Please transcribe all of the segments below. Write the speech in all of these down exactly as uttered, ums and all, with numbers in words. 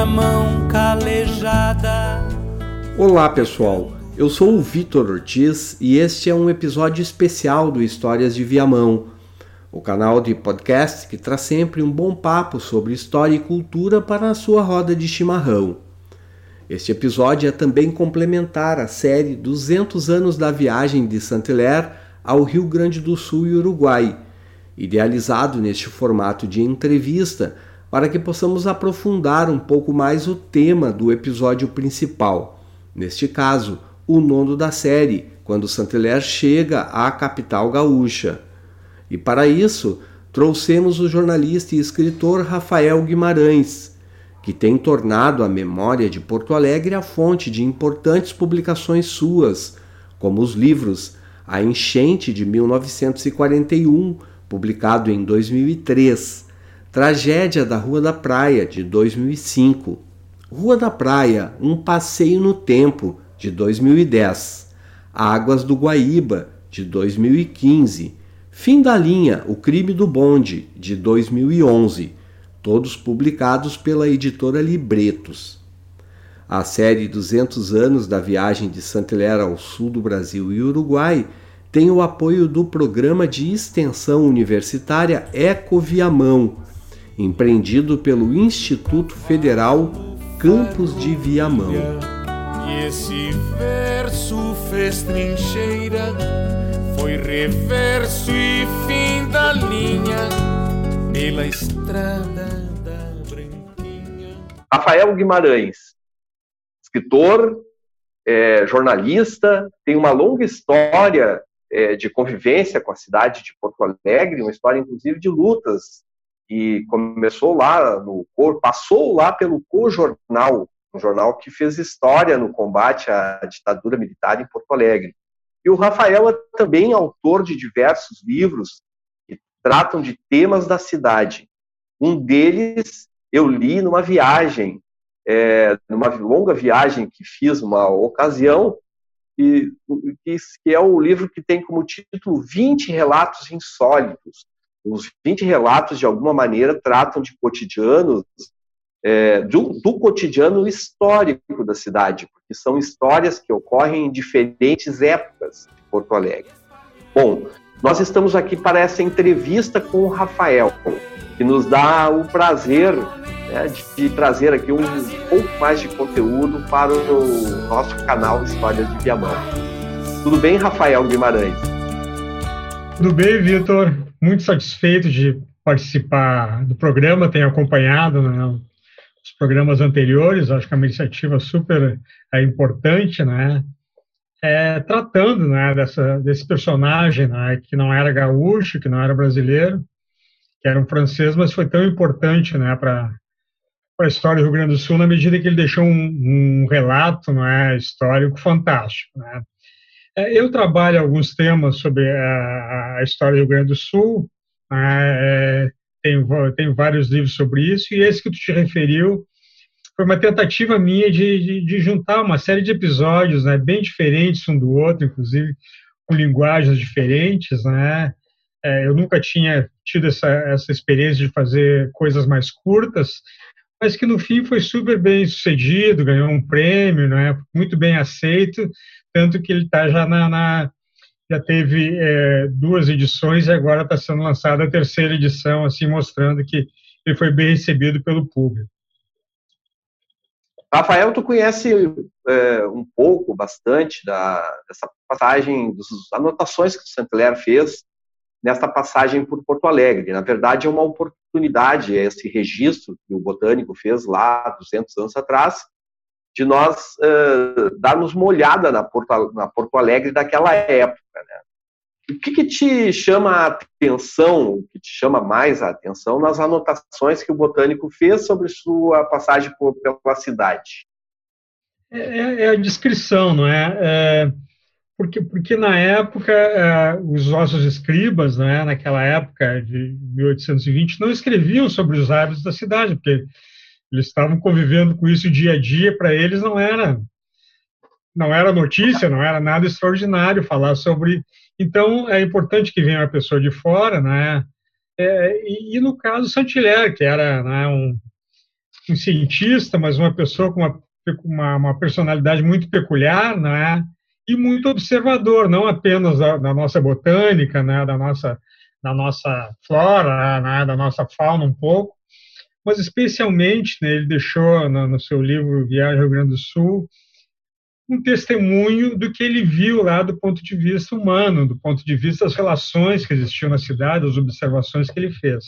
Viamão calejada. Olá pessoal, eu sou o Vitor Ortiz e este é um episódio especial do Histórias de Viamão, o canal de podcast que traz sempre um bom papo sobre história e cultura para a sua roda de chimarrão. Este episódio é também complementar à série duzentos anos da viagem de Saint-Hilaire ao Rio Grande do Sul e Uruguai, idealizado neste formato de entrevista para que possamos aprofundar um pouco mais o tema do episódio principal, neste caso, o nono da série, quando Saint-Hilaire chega à capital gaúcha. E para isso, trouxemos o jornalista e escritor Rafael Guimarães, que tem tornado a memória de Porto Alegre a fonte de importantes publicações suas, como os livros A Enchente de mil novecentos e quarenta e um, publicado em dois mil e três, Tragédia da Rua da Praia, de dois mil e cinco, Rua da Praia, Um Passeio no Tempo, de dois mil e dez, Águas do Guaíba, de dois mil e quinze, Fim da Linha, O Crime do Bonde, de dois mil e onze, todos publicados pela editora Libretos. A série duzentos anos da viagem de Saint-Hilaire ao sul do Brasil e Uruguai tem o apoio do Programa de Extensão Universitária Eco Viamão, empreendido pelo Instituto Federal Campos de Viamão. E esse verso fez trincheira, foi reverso e fim da linha, pela estrada da Branquinha. Rafael Guimarães, escritor, é, jornalista, tem uma longa história é, de convivência com a cidade de Porto Alegre, uma história inclusive de lutas, e começou lá no Cor, passou lá pelo Co-Jornal, um jornal que fez história no combate à ditadura militar em Porto Alegre. E o Rafael é também autor de diversos livros que tratam de temas da cidade. Um deles eu li numa viagem, é, numa longa viagem que fiz numa ocasião, e, que é o livro que tem como título vinte relatos insólitos. Os vinte relatos, de alguma maneira, tratam de cotidianos, é, do, do cotidiano histórico da cidade, porque são histórias que ocorrem em diferentes épocas de Porto Alegre. Bom, nós estamos aqui para essa entrevista com o Rafael, que nos dá o prazer, né, de, de trazer aqui um pouco mais de conteúdo para o nosso canal Histórias de Viamão. Tudo bem, Rafael Guimarães? Tudo bem, Vitor. Muito satisfeito de participar do programa, tenho acompanhado, né, os programas anteriores, acho que é uma iniciativa super é, importante, né, é, tratando, né, dessa, desse personagem, né, que não era gaúcho, que não era brasileiro, que era um francês, mas foi tão importante, né, para a história do Rio Grande do Sul, na medida que ele deixou um, um relato, né, histórico fantástico, né. Eu trabalho alguns temas sobre a, a história do Rio Grande do Sul, é, tenho, tenho vários livros sobre isso, e esse que tu te referiu foi uma tentativa minha de, de, de juntar uma série de episódios, né, bem diferentes um do outro, inclusive com linguagens diferentes, né. É, eu nunca tinha tido essa, essa experiência de fazer coisas mais curtas, mas que no fim foi super bem sucedido, ganhou um prêmio, né, muito bem aceito, tanto que ele tá já na, na já teve é, duas edições e agora está sendo lançada a terceira edição, assim, mostrando que ele foi bem recebido pelo público. Rafael, tu conhece é, um pouco, bastante, da, dessa passagem, das anotações que o Saint-Hilaire fez nessa passagem por Porto Alegre. Na verdade, é uma oportunidade, esse registro que o Botânico fez lá duzentos anos atrás, de nós uh, darmos uma olhada na Porto, na Porto Alegre daquela época, né? O que, que te chama a atenção, o que te chama mais a atenção nas anotações que o Botânico fez sobre sua passagem por, pela cidade? É, é a descrição, não é? é porque, porque na época, é, os nossos escribas, né, naquela época de mil oitocentos e vinte, não escreviam sobre os hábitos da cidade, porque eles estavam convivendo com isso dia a dia, para eles não era, não era notícia, não era nada extraordinário falar sobre. Então, é importante que venha uma pessoa de fora, né? É, e, e no caso, Saint-Hilaire, que era, né, um, um cientista, mas uma pessoa com uma, uma, uma personalidade muito peculiar, né? E muito observador, não apenas da, da nossa botânica, né? da, nossa, da nossa flora, né? Da nossa fauna um pouco, mas especialmente, né, ele deixou no, no seu livro Viagem ao Rio Grande do Sul um testemunho do que ele viu lá do ponto de vista humano, do ponto de vista das relações que existiam na cidade, as observações que ele fez.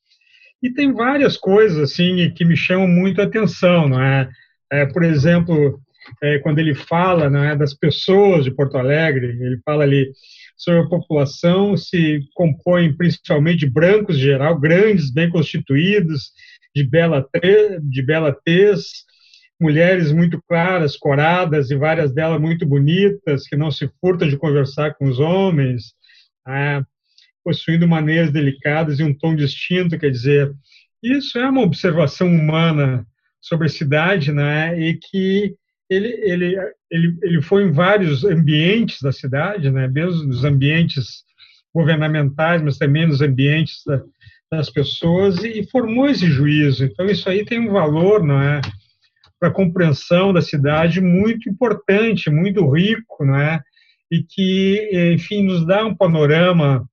E tem várias coisas assim que me chamam muito a atenção, não é? É, por exemplo, é, quando ele fala, não é, das pessoas de Porto Alegre, ele fala ali sobre a população se compõe principalmente de brancos em geral, grandes, bem constituídos, de bela, de bela tez, mulheres muito claras, coradas, e várias delas muito bonitas, que não se furtam de conversar com os homens, ah, possuindo maneiras delicadas e um tom distinto, quer dizer, isso é uma observação humana sobre a cidade, né, e que ele, ele, ele, ele foi em vários ambientes da cidade, né, mesmo nos ambientes governamentais, mas também nos ambientes da, das pessoas, e formou esse juízo. Então, isso aí tem um valor, não é, para a compreensão da cidade muito importante, muito rico, não é? E que, enfim, nos dá um panorama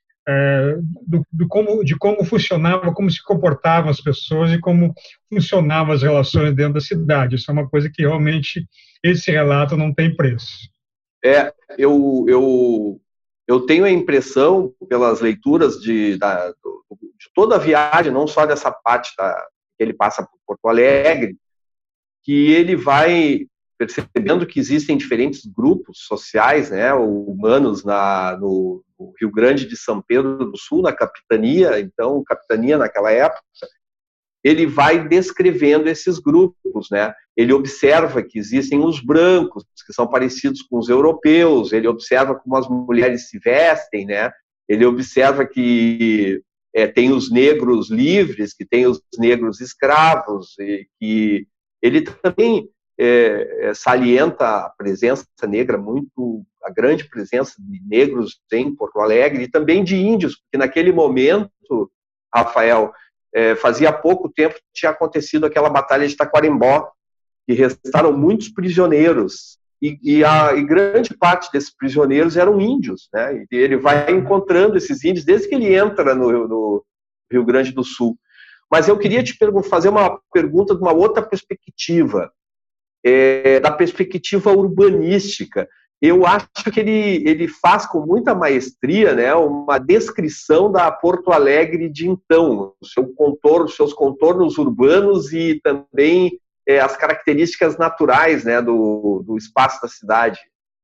é, do, do como, de como funcionava, como se comportavam as pessoas e como funcionavam as relações dentro da cidade. Isso é uma coisa que realmente esse relato não tem preço. É, eu, eu, eu tenho a impressão, pelas leituras de, da, de toda a viagem, não só dessa parte da, que ele passa por Porto Alegre, que ele vai percebendo que existem diferentes grupos sociais, né, humanos na, no, no Rio Grande de São Pedro do Sul, na capitania, então, capitania naquela época, ele vai descrevendo esses grupos, né, ele observa que existem os brancos, que são parecidos com os europeus, ele observa como as mulheres se vestem, né, ele observa que é, tem os negros livres, que tem os negros escravos, e que ele também é, salienta a presença negra, muito, a grande presença de negros em Porto Alegre e também de índios, porque naquele momento, Rafael, é, fazia pouco tempo que tinha acontecido aquela batalha de Taquarembó, que restaram muitos prisioneiros, e, e, a, e grande parte desses prisioneiros eram índios, né? E ele vai encontrando esses índios desde que ele entra no, no Rio Grande do Sul. Mas eu queria te fazer uma pergunta de uma outra perspectiva, é, da perspectiva urbanística. Eu acho que ele, ele faz com muita maestria, né, uma descrição da Porto Alegre de então, o seu contorno, seus contornos urbanos e também é, as características naturais, né, do, do espaço da cidade.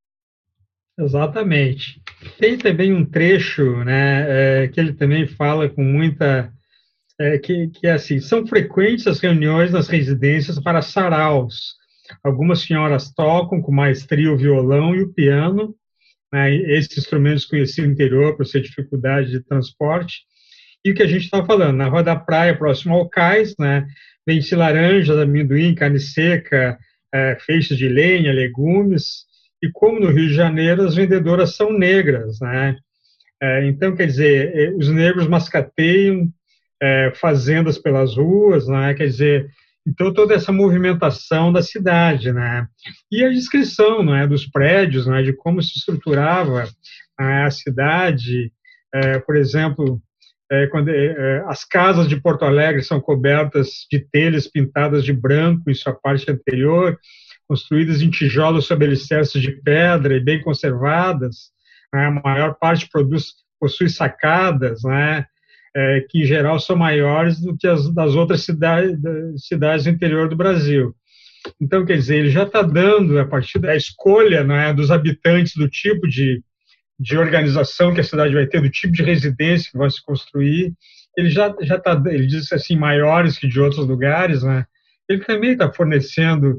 Exatamente. Tem também um trecho, né, é, que ele também fala com muita... É, que, que é assim, são frequentes as reuniões nas residências para saraus. Algumas senhoras tocam com maestria o violão e o piano, né, esses instrumentos conhecidos no interior por ser dificuldade de transporte. E o que a gente está falando, na Rua da Praia, próximo ao cais, né, vende-se laranjas, amendoim, carne seca, é, feixes de lenha, legumes, e como no Rio de Janeiro, as vendedoras são negras, né? É, então, quer dizer, os negros mascateiam é, fazendas pelas ruas, né? Quer dizer, então toda essa movimentação da cidade, né? E a descrição, né, dos prédios, né, de como se estruturava, né, a cidade, é, por exemplo, é, quando é, as casas de Porto Alegre são cobertas de telhas pintadas de branco em sua parte anterior, construídas em tijolos sob alicerces de pedra e bem conservadas, né, a maior parte produz, possui sacadas, né, é, que em geral são maiores do que as das outras cidades, das cidades do interior do Brasil. Então, quer dizer, ele já está dando, a partir da escolha, né, dos habitantes, do tipo de, de organização que a cidade vai ter, do tipo de residência que vai se construir, ele já já está, ele diz assim, maiores que de outros lugares, né? Ele também está fornecendo,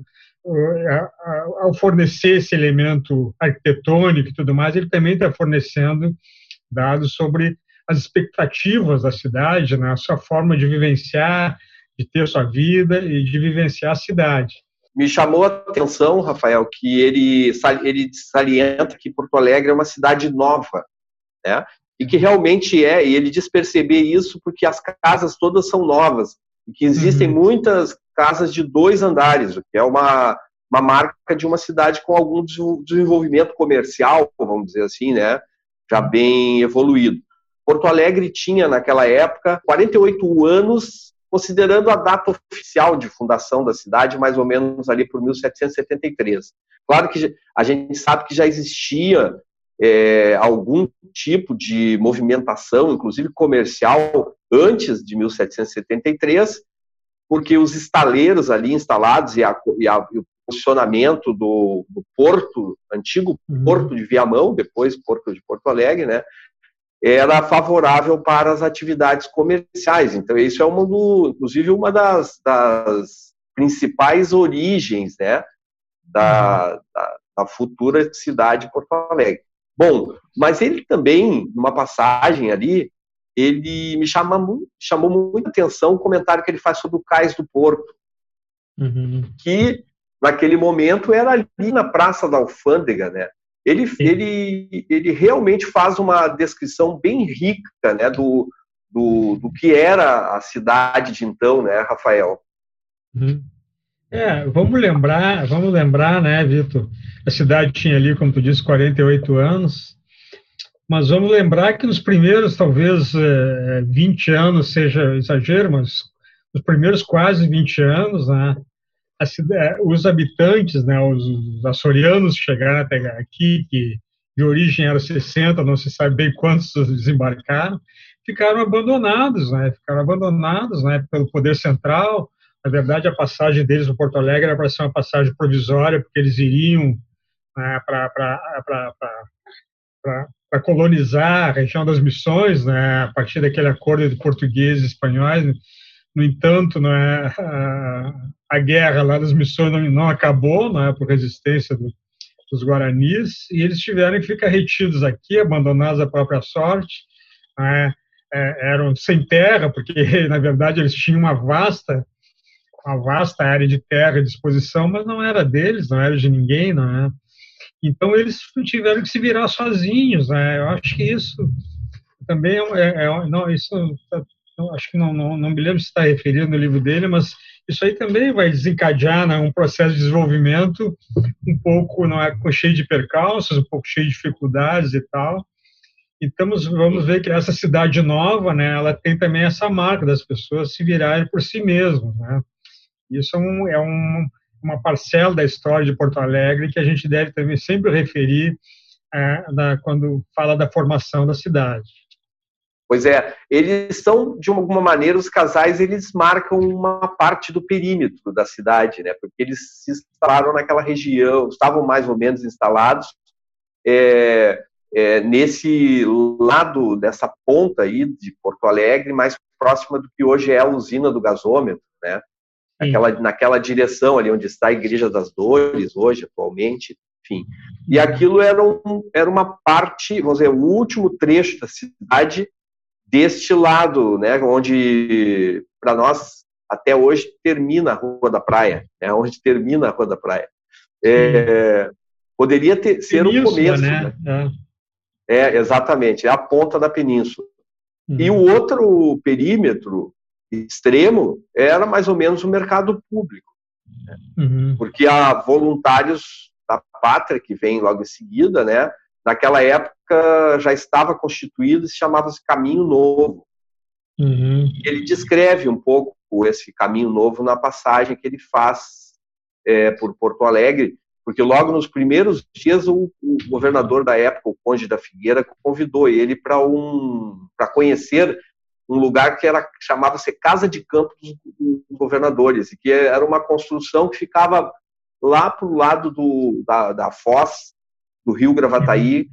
ao fornecer esse elemento arquitetônico e tudo mais, ele também está fornecendo dados sobre as expectativas da cidade, né, a sua forma de vivenciar, de ter sua vida e de vivenciar a cidade. Me chamou a atenção, Rafael, que ele, ele salienta que Porto Alegre é uma cidade nova, né? E que realmente é, e ele diz perceber isso porque as casas todas são novas, e que existem uhum. muitas casas de dois andares, o que é uma, uma marca de uma cidade com algum desenvolvimento comercial, vamos dizer assim, né, já bem evoluído. Porto Alegre tinha, naquela época, quarenta e oito anos, considerando a data oficial de fundação da cidade, mais ou menos ali por mil setecentos e setenta e três. Claro que a gente sabe que já existia é, algum tipo de movimentação, inclusive comercial, antes de mil setecentos e setenta e três, porque os estaleiros ali instalados e, a, e, a, e o posicionamento do, do porto, antigo uhum. porto de Viamão, depois porto de Porto Alegre, né, era favorável para as atividades comerciais. Então, isso é uma do, inclusive uma das, das principais origens, né, da, da, da futura cidade de Porto Alegre. Bom, mas ele também, numa passagem ali, ele me chama, chamou muita atenção o comentário que ele faz sobre o Cais do Porto, uhum. que, naquele momento, era ali na Praça da Alfândega, né? Ele, ele, ele realmente faz uma descrição bem rica, né, do, do, do que era a cidade de então, né, Rafael? Uhum. É, vamos lembrar, vamos lembrar, né, Vitor? A cidade tinha ali, como tu disse, quarenta e oito anos, mas vamos lembrar que nos primeiros, talvez, vinte anos seja exagero, mas nos primeiros quase vinte anos, né, a cidade, os habitantes, né, os, os açorianos chegaram até aqui, que de origem eram sessenta, não se sabe bem quantos desembarcaram, ficaram abandonados, né, ficaram abandonados, né, pelo poder central. Na verdade, a passagem deles no Porto Alegre era para ser uma passagem provisória, porque eles iriam, né, para colonizar a região das Missões, né, a partir daquele acordo de portugueses e espanhóis. No entanto, né, a, a guerra lá das Missões não, não acabou, né, por resistência do, dos guaranis, e eles tiveram que ficar retidos aqui, abandonados à própria sorte, né, é, eram sem terra, porque, na verdade, eles tinham uma vasta uma vasta área de terra à disposição, mas não era deles, não era de ninguém, não é? Então eles tiveram que se virar sozinhos, né? Eu acho que isso também é, é não, isso não, acho que não, não, não me lembro se está referindo no livro dele, mas isso aí também vai desencadear, né, um processo de desenvolvimento um pouco, não é, cheio de percalços, um pouco cheio de dificuldades e tal. Então vamos ver que essa cidade nova, né, ela tem também essa marca das pessoas se virarem por si mesmas, né? Isso é, um, é um, uma parcela da história de Porto Alegre que a gente deve também sempre referir é, da, quando fala da formação da cidade. Pois é, eles são, de alguma maneira, os casais, eles marcam uma parte do perímetro da cidade, né? Porque eles se instalaram naquela região, estavam mais ou menos instalados é, é, nesse lado, dessa ponta aí de Porto Alegre, mais próxima do que hoje é a usina do gasômetro, né? Naquela, naquela direção ali onde está a Igreja das Dores hoje, atualmente, enfim. E aquilo era, um, era uma parte, vamos dizer, o último trecho da cidade deste lado, né, onde, para nós, até hoje, termina a Rua da Praia, né, onde termina a Rua da Praia. É, poderia ter, ser o começo, né? né? É. é, exatamente, é a ponta da península. Uhum. E o outro perímetro extremo era mais ou menos o mercado público, né? Uhum. Porque há voluntários da Pátria, que vem logo em seguida, né? Naquela época já estava constituído e chamava-se Caminho Novo. Uhum. Ele descreve um pouco esse Caminho Novo na passagem que ele faz é, por Porto Alegre, porque logo nos primeiros dias o, o governador da época, o Conde da Figueira, convidou ele para um, para conhecer um lugar que era, chamava-se Casa de Campo dos Governadores, e que era uma construção que ficava lá para o lado do, da, da foz do rio Gravataí,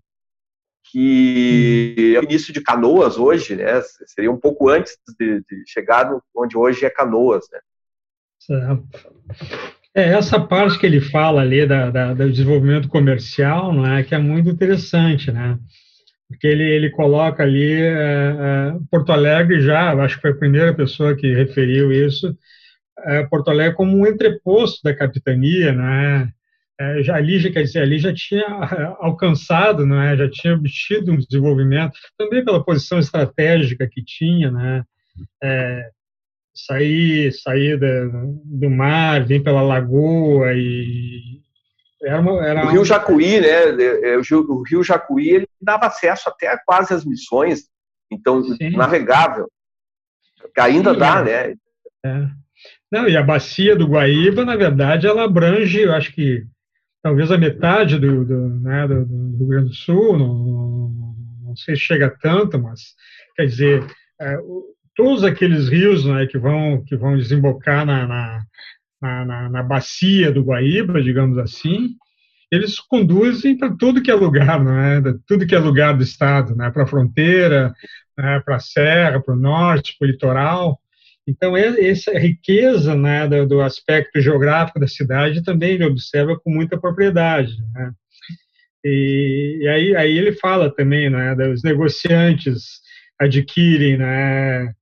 que é o início de Canoas hoje, né? Seria um pouco antes de, de chegar no, onde hoje é Canoas, né? Certo. É, essa parte que ele fala ali da, da, do desenvolvimento comercial, não é, que é muito interessante, né? Porque ele, ele coloca ali é, é, Porto Alegre já, acho que foi a primeira pessoa que referiu isso, é, Porto Alegre como um entreposto da capitania, né? É, já ali, já, quer dizer, ali já tinha alcançado, né? Já tinha obtido um desenvolvimento, também pela posição estratégica que tinha, né? É, sair, sair da, do mar, vir pela lagoa e era uma, era o Rio um... Jacuí, né? O Rio Jacuí ele dava acesso até quase às missões, então Sim. navegável, que ainda Sim, dá, é. né? É. Não, e a bacia do Guaíba, na verdade, ela abrange, eu acho que talvez a metade do, do, né, do, do Rio Grande do Sul, não, não sei se chega tanto, mas quer dizer, é, todos aqueles rios, né, que vão que vão desembocar na, na, na, na bacia do Guaíba, digamos assim, eles conduzem para tudo que é lugar, né, tudo que é lugar do estado, né, para a fronteira, né, para a serra, para o norte, para o litoral. Então, essa riqueza, né, do, do aspecto geográfico da cidade também ele observa com muita propriedade, né? E, e aí, aí ele fala também, né, dos negociantes adquirem, né,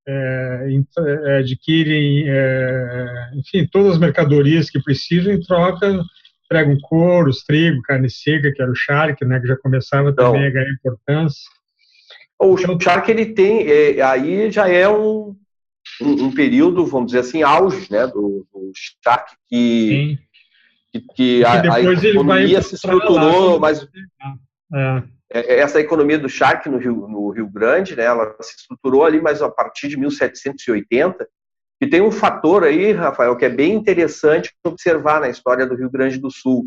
é, adquirem, é, enfim, todas as mercadorias que precisam em troca, entregam couros, trigo, carne seca, que era o charque, né, que já começava então, também a ganhar importância. O então, charque, ele tem, é, aí já é um Um, um período, vamos dizer assim, auge, né, do, do charque, que, que, que a, a economia se estruturou, lá, mas é. essa economia do charque no Rio, no Rio Grande, né, ela se estruturou ali, mas a partir de mil setecentos e oitenta, e tem um fator aí, Rafael, que é bem interessante observar na história do Rio Grande do Sul,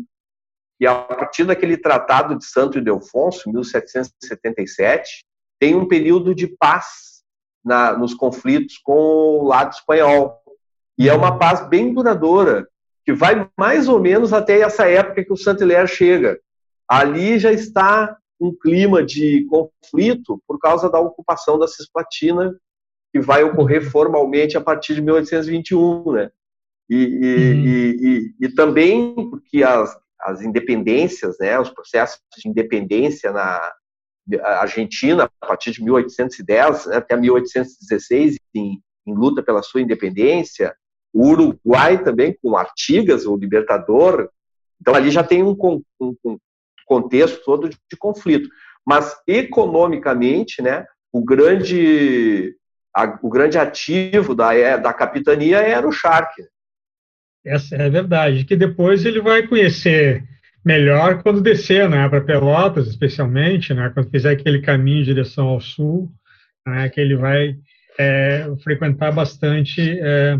e a partir daquele Tratado de Santo Ildefonso, mil setecentos e setenta e sete, tem um período de paz Na, nos conflitos com o lado espanhol. E é uma paz bem duradoura, que vai mais ou menos até essa época que o Saint-Hilaire chega. Ali já está um clima de conflito por causa da ocupação da Cisplatina, que vai ocorrer formalmente a partir de mil oitocentos e vinte e um. Né? E, e, uhum. e, e, e também porque as, as independências, né, os processos de independência na a Argentina, a partir de mil oitocentos e dez, né, até mil oitocentos e dezesseis, em, em luta pela sua independência. O Uruguai também, com Artigas, o libertador. Então, ali já tem um, um, um contexto todo de, de conflito. Mas, economicamente, né, o, grande, a, o grande ativo da, da capitania era o charque. Essa é verdade, que depois ele vai conhecer melhor quando descer, né, para Pelotas, especialmente, né, quando fizer aquele caminho em direção ao sul, né, que ele vai é, frequentar bastante é,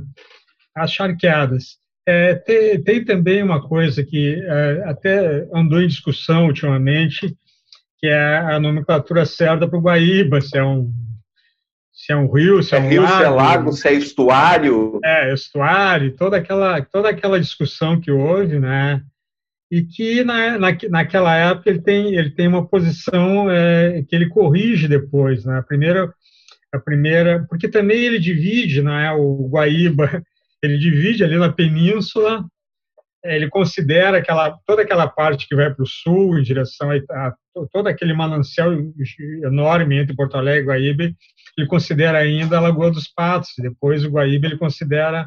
as charqueadas. É, tem, tem também uma coisa que é, até andou em discussão ultimamente, que é a nomenclatura certa para o Guaíba, se é um se é um rio, se é, é um rio, lago, se é lago, se é estuário. É, estuário, toda aquela, toda aquela discussão que houve, né, e que na, na, naquela época ele tem, ele tem uma posição é, que ele corrige depois, né? A primeira, a primeira, porque também ele divide, né, o Guaíba, ele divide ali na península, ele considera aquela, toda aquela parte que vai para o sul, em direção a, a todo aquele manancial enorme entre Porto Alegre e Guaíba, ele considera ainda a Lagoa dos Patos, depois o Guaíba ele considera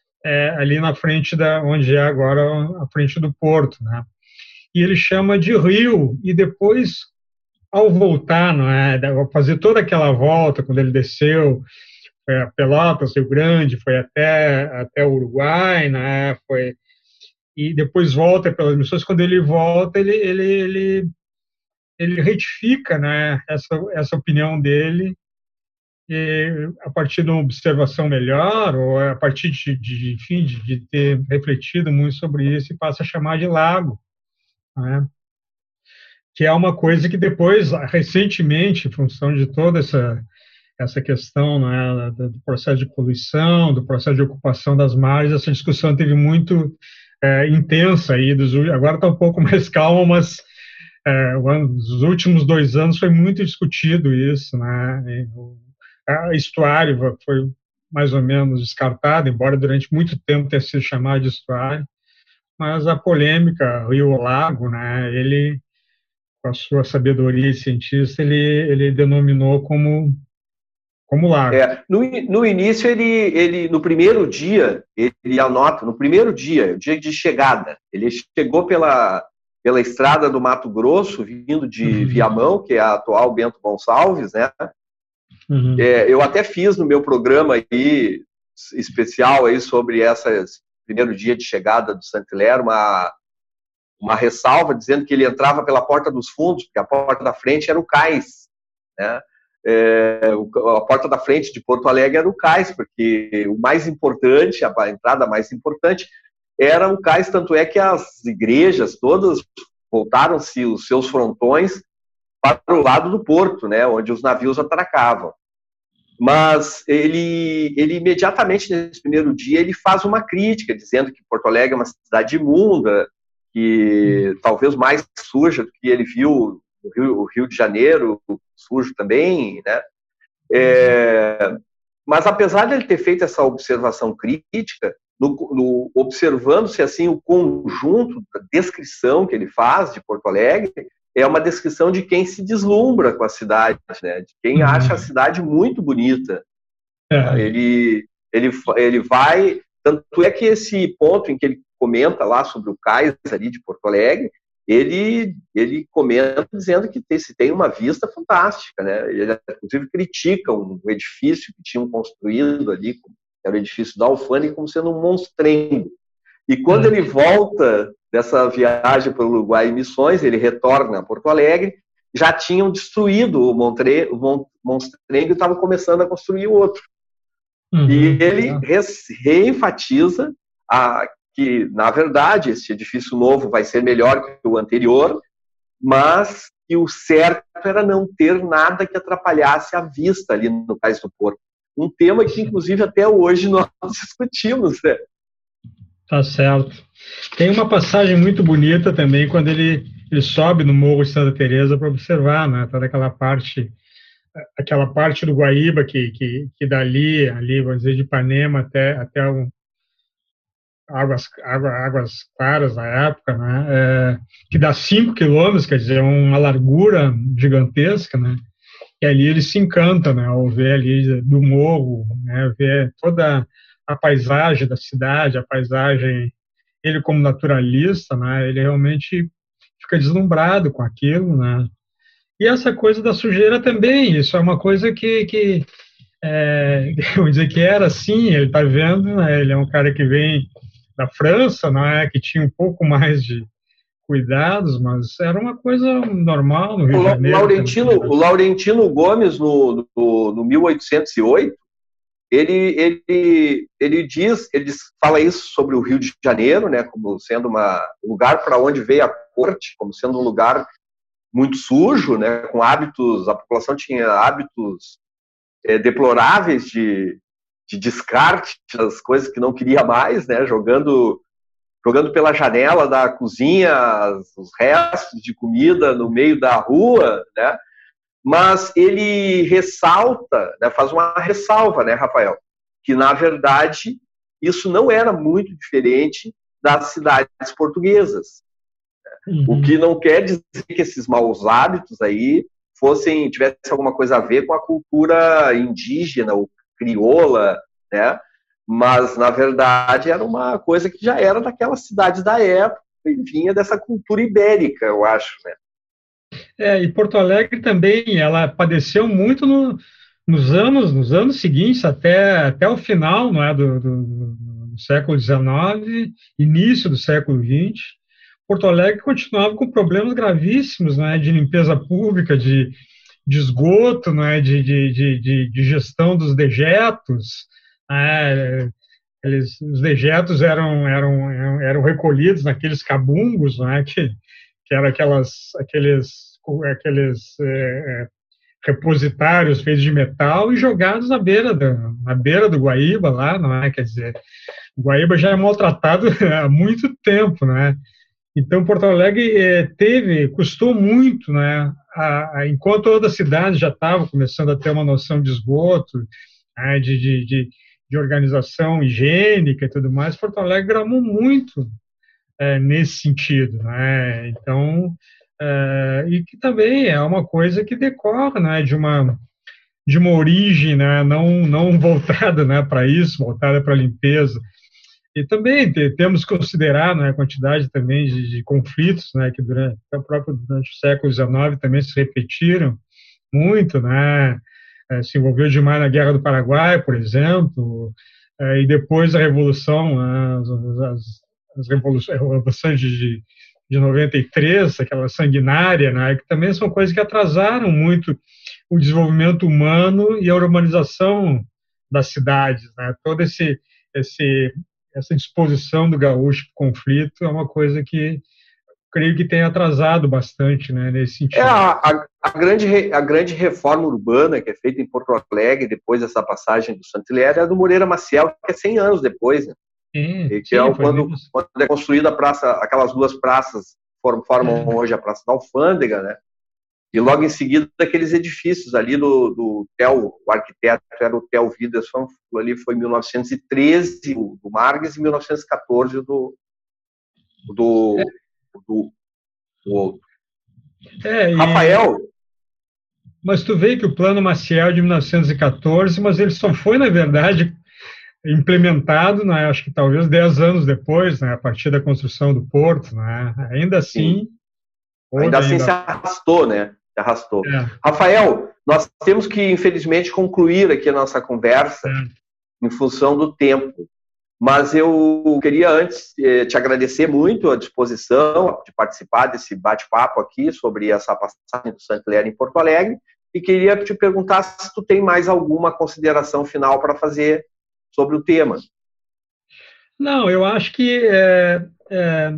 É, ali na frente da onde é agora a frente do porto, né? E ele chama de rio, e depois, ao voltar, não é, ao fazer toda aquela volta, quando ele desceu, foi a Pelotas, Rio Grande, foi até até o Uruguai, né? Foi, e depois volta pelas missões. Quando ele volta, ele ele ele, ele retifica, né, essa essa opinião dele. E a partir de uma observação melhor, ou a partir de, de, enfim, de, de ter refletido muito sobre isso, e passa a chamar de lago, né? Que é uma coisa que depois, recentemente, em função de toda essa, essa questão, né, do processo de poluição, do processo de ocupação das margens, essa discussão teve muito é, intensa, aí, dos, agora está um pouco mais calma, mas é, nos últimos dois anos foi muito discutido isso, né? E, a estuário foi mais ou menos descartado, embora durante muito tempo tenha sido chamado de estuário, mas a polêmica rio-lago, né, ele, com a sua sabedoria cientista, ele, ele denominou como, como lago. É, no, no início, ele, ele, no primeiro dia, ele anota, no primeiro dia, o dia de chegada, ele chegou pela, pela estrada do Mato Grosso, vindo de uhum. Viamão, que é a atual Bento Gonçalves, né? Uhum. É, eu até fiz no meu programa aí, especial aí sobre esse primeiro dia de chegada do Saint-Hilaire, uma, uma ressalva dizendo que ele entrava pela porta dos fundos, porque a porta da frente era o cais, né? É, a porta da frente de Porto Alegre era o cais, porque o mais importante, a entrada mais importante era o cais, tanto é que as igrejas todas voltaram-se os seus frontões para o lado do porto, né, onde os navios atracavam. Mas ele, ele imediatamente, nesse primeiro dia, ele faz uma crítica, dizendo que Porto Alegre é uma cidade imunda, que talvez mais suja do que ele viu no Rio, o Rio de Janeiro, sujo também, né? É, mas apesar de ele ter feito essa observação crítica, no, no, observando-se assim o conjunto da descrição que ele faz de Porto Alegre, é uma descrição de quem se deslumbra com a cidade, né? De quem uhum. acha a cidade muito bonita. Uhum. Ele, ele, ele vai... Tanto é que esse ponto em que ele comenta lá sobre o cais ali de Porto Alegre, ele, ele comenta dizendo que tem, se tem uma vista fantástica, né? Ele, inclusive, critica um edifício que tinham construído ali, que era o edifício da Alfândega, como sendo um monstrengo. E quando uhum. ele volta dessa viagem para o Uruguai e Missões, ele retorna a Porto Alegre, já tinham destruído o, Montre, o monstrengo e estavam começando a construir outro. Uhum. E ele re, reenfatiza a, que, na verdade, esse edifício novo vai ser melhor que o anterior, mas que o certo era não ter nada que atrapalhasse a vista ali no Cais do Porto. Um tema que, inclusive, até hoje nós discutimos, né? Tá certo. Tem uma passagem muito bonita também quando ele, ele sobe no Morro de Santa Teresa para observar, né, toda aquela parte, aquela parte do Guaíba que, que, que dali, ali, vamos dizer, de Ipanema até, até um, águas, água, águas claras na época, né, é, que dá cinco quilômetros, quer dizer, uma largura gigantesca, né, e ali ele se encanta, né, ao ver ali do morro, né, ver toda a paisagem da cidade, a paisagem, ele como naturalista, né, ele realmente fica deslumbrado com aquilo, né, e essa coisa da sujeira também, isso é uma coisa que, que é, vamos dizer que era assim, ele está vendo, né, ele é um cara que vem da França, né, que tinha um pouco mais de cuidados, mas era uma coisa normal no Rio o de Janeiro. Laurentino, o Laurentino Gomes, no, no, no mil oitocentos e oito, Ele, ele, ele diz, ele fala isso sobre o Rio de Janeiro, né, como sendo uma, um lugar para onde veio a corte, como sendo um lugar muito sujo, né, com hábitos, a população tinha hábitos é, deploráveis de, de descarte das coisas que não queria mais, né, jogando, jogando pela janela da cozinha os restos de comida no meio da rua, né. Mas ele ressalta, né, faz uma ressalva, né, Rafael, que, na verdade, isso não era muito diferente das cidades portuguesas. Uhum. O que não quer dizer que esses maus hábitos aí fossem, tivessem alguma coisa a ver com a cultura indígena ou crioula, né? Mas, na verdade, era uma coisa que já era daquelas cidades da época e vinha dessa cultura ibérica, eu acho, né? É, e Porto Alegre também, ela padeceu muito no, nos anos nos anos seguintes, até, até o final, não é, do, do, do século dezenove, início do século vinte. Porto Alegre continuava com problemas gravíssimos, não é, de limpeza pública, de, de esgoto, não é, de, de, de, de gestão dos dejetos. É, eles, os dejetos eram, eram, eram recolhidos naqueles cabungos, não é, que que eram aquelas, aqueles, aqueles é, repositários feitos de metal e jogados na beira, da, na beira do Guaíba, lá, não é? Quer dizer, o Guaíba já é maltratado há muito tempo, né? Então, Porto Alegre é, teve, custou muito, né? A, a, enquanto toda a cidade já estava começando a ter uma noção de esgoto, né? de, de, de, de organização higiênica e tudo mais, Porto Alegre gramou muito É, nesse sentido, né? Então, é, e que também é uma coisa que decorre, né, de uma de uma origem, né, não não voltada, né, para isso, voltada para a limpeza. E também te, temos que considerar, né, a quantidade também de, de conflitos, né, que durante o próprio durante o século dezenove também se repetiram muito, né? É, se envolveu demais na Guerra do Paraguai, por exemplo. é, e depois a Revolução, as, as, as revoluções, revoluções de, de noventa e três, aquela sanguinária, né, que também são coisas que atrasaram muito o desenvolvimento humano e a urbanização das cidades, né? Toda esse, esse, essa disposição do gaúcho para o conflito é uma coisa que creio que tem atrasado bastante, né, nesse sentido. É a, a, a, grande, a grande reforma urbana que é feita em Porto Alegre depois dessa passagem do Saint-Hilaire é a do Moreira Maciel, que é cem anos depois, né? Sim, e que sim, é quando, quando é construída a praça, aquelas duas praças formam, formam é. hoje a Praça da Alfândega, né? E logo em seguida aqueles edifícios ali do, do Theo, o arquiteto era o Theo Widerson, ali foi em mil novecentos e treze o do Marques e mil novecentos e quatorze o do do, do, do outro. É, e... Rafael. Mas tu vê que o Plano Maciel é de mil novecentos e quatorze, mas ele só foi, na verdade, implementado, né, acho que talvez dez anos depois, né, a partir da construção do porto, né, ainda assim... Sim. Ainda assim ainda... se arrastou, né? Se arrastou. É. Rafael, nós temos que, infelizmente, concluir aqui a nossa conversa é. em função do tempo. Mas eu queria antes eh, te agradecer muito a disposição de participar desse bate-papo aqui sobre essa passagem do Saint-Hilaire em Porto Alegre e queria te perguntar se tu tem mais alguma consideração final para fazer sobre o tema. Não, eu acho que é, é,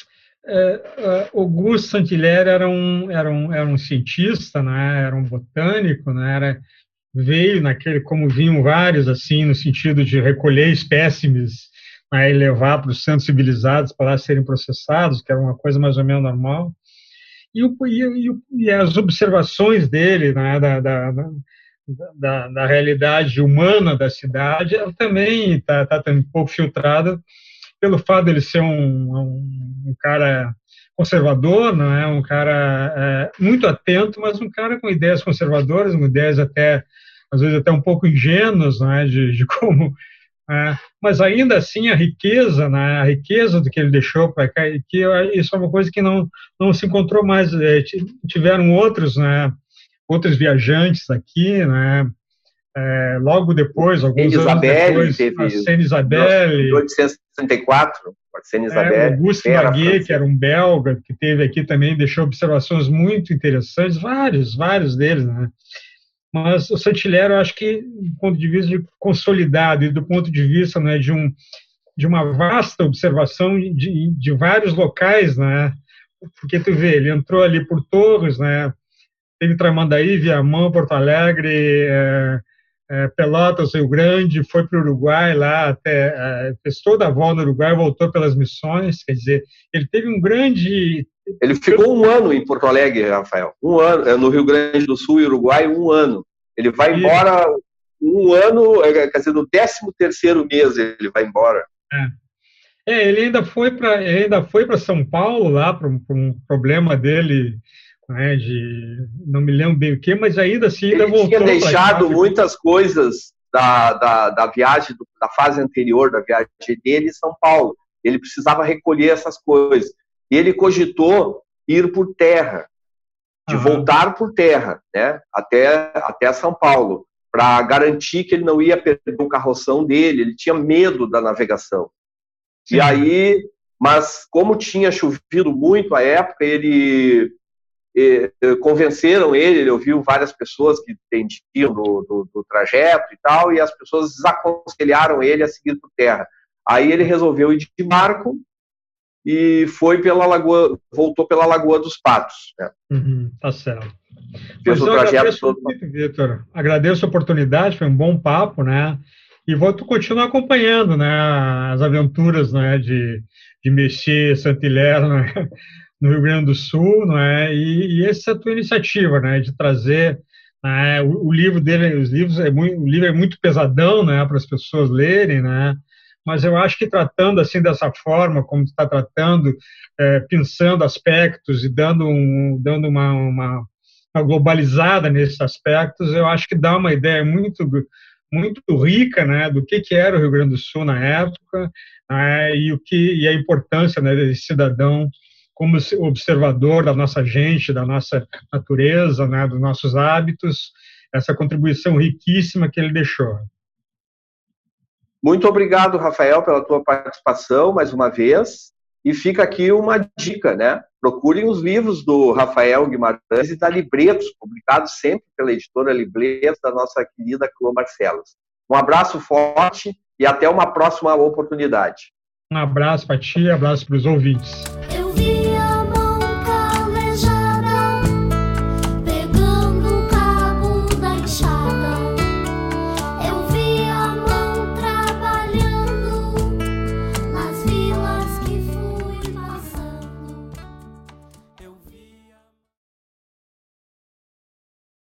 é, Auguste Saint-Hilaire era um, era, um, era um cientista, né, era um botânico, né, era, veio naquele, como vinham vários, assim, no sentido de recolher espécimes, né, e levar para os centros civilizados para lá serem processados, que era uma coisa mais ou menos normal. E, o, e, e as observações dele, né, da, da, da, da realidade humana da cidade, ela também está tá, tá um pouco filtrada pelo fato dele ser um, um, um cara conservador, não é? Um cara é, muito atento, mas um cara com ideias conservadoras, com ideias até, às vezes, até um pouco ingênuas, não é? de, de como... É, mas ainda assim a riqueza, né? A riqueza do que ele deixou para cá, que isso é uma coisa que não, não se encontrou mais. É, tiveram outros, né? Outros viajantes aqui, né? É, logo depois, alguns Isabelle, anos depois, teve a Sena Isabelle, mil oitocentos e sessenta e quatro, a Sena Isabelle, é, Auguste Maguet, que era um belga, que teve aqui também, deixou observações muito interessantes, vários, vários deles, né? Mas o Saint-Hilaire, eu acho que, do ponto de vista de consolidado e do ponto de vista, né, de, um, de uma vasta observação de, de vários locais, né? Porque tu vê, ele entrou ali por Torres, né? Teve Tramandaí, Viamão, Porto Alegre, é, é, Pelotas, Rio Grande, foi para o Uruguai lá, até, é, fez toda a volta no Uruguai, voltou pelas missões, quer dizer, ele teve um grande... Ele ficou um ano em Porto Alegre, Rafael, um ano, no Rio Grande do Sul e Uruguai, um ano. Ele vai e... embora um ano, quer dizer, no décimo terceiro mês ele vai embora. É, é ele ainda foi para ainda foi para São Paulo lá para um, um problema dele, né, de não me lembro bem o que, mas ainda assim ainda ele voltou. Tinha deixado muitas coisas da, da, da viagem, da fase anterior da viagem dele em São Paulo. Ele precisava recolher essas coisas. E ele cogitou ir por terra, de uhum. voltar por terra, né, até, até São Paulo, para garantir que ele não ia perder o carroção dele. Ele tinha medo da navegação. Sim. E aí, mas como tinha chovido muito à época, ele, ele convenceram ele, ele ouviu várias pessoas que entendiam do, do, do trajeto e tal, e as pessoas desaconselharam ele a seguir por terra. Aí ele resolveu ir de barco e foi pela lagoa, voltou pela Lagoa dos Patos. Né? Uhum, tá certo. Fez o trajeto todo. Muito, Vitor. Agradeço a oportunidade, foi um bom papo, né? E vou continuar acompanhando, né, as aventuras, né, de, de Messier, Saint-Hilaire, né, no Rio Grande do Sul, né? E, e essa tua iniciativa, né, de trazer, né, o, o livro dele, os livros é muito, o livro é muito pesadão, né, para as pessoas lerem, né? Mas eu acho que tratando assim dessa forma, como está tratando, é, pensando aspectos e dando, um, dando uma, uma, uma globalizada nesses aspectos, eu acho que dá uma ideia muito, muito rica, né, do que, que era o Rio Grande do Sul na época, né, e, o que, e a importância, né, desse cidadão como observador da nossa gente, da nossa natureza, né, dos nossos hábitos, essa contribuição riquíssima que ele deixou. Muito obrigado, Rafael, pela tua participação mais uma vez. E fica aqui uma dica, né? Procurem os livros do Rafael Guimarães e da Libretos, publicados sempre pela editora Libretos, da nossa querida Clô Barcelos. Um abraço forte e até uma próxima oportunidade. Um abraço para ti, abraço para os ouvintes.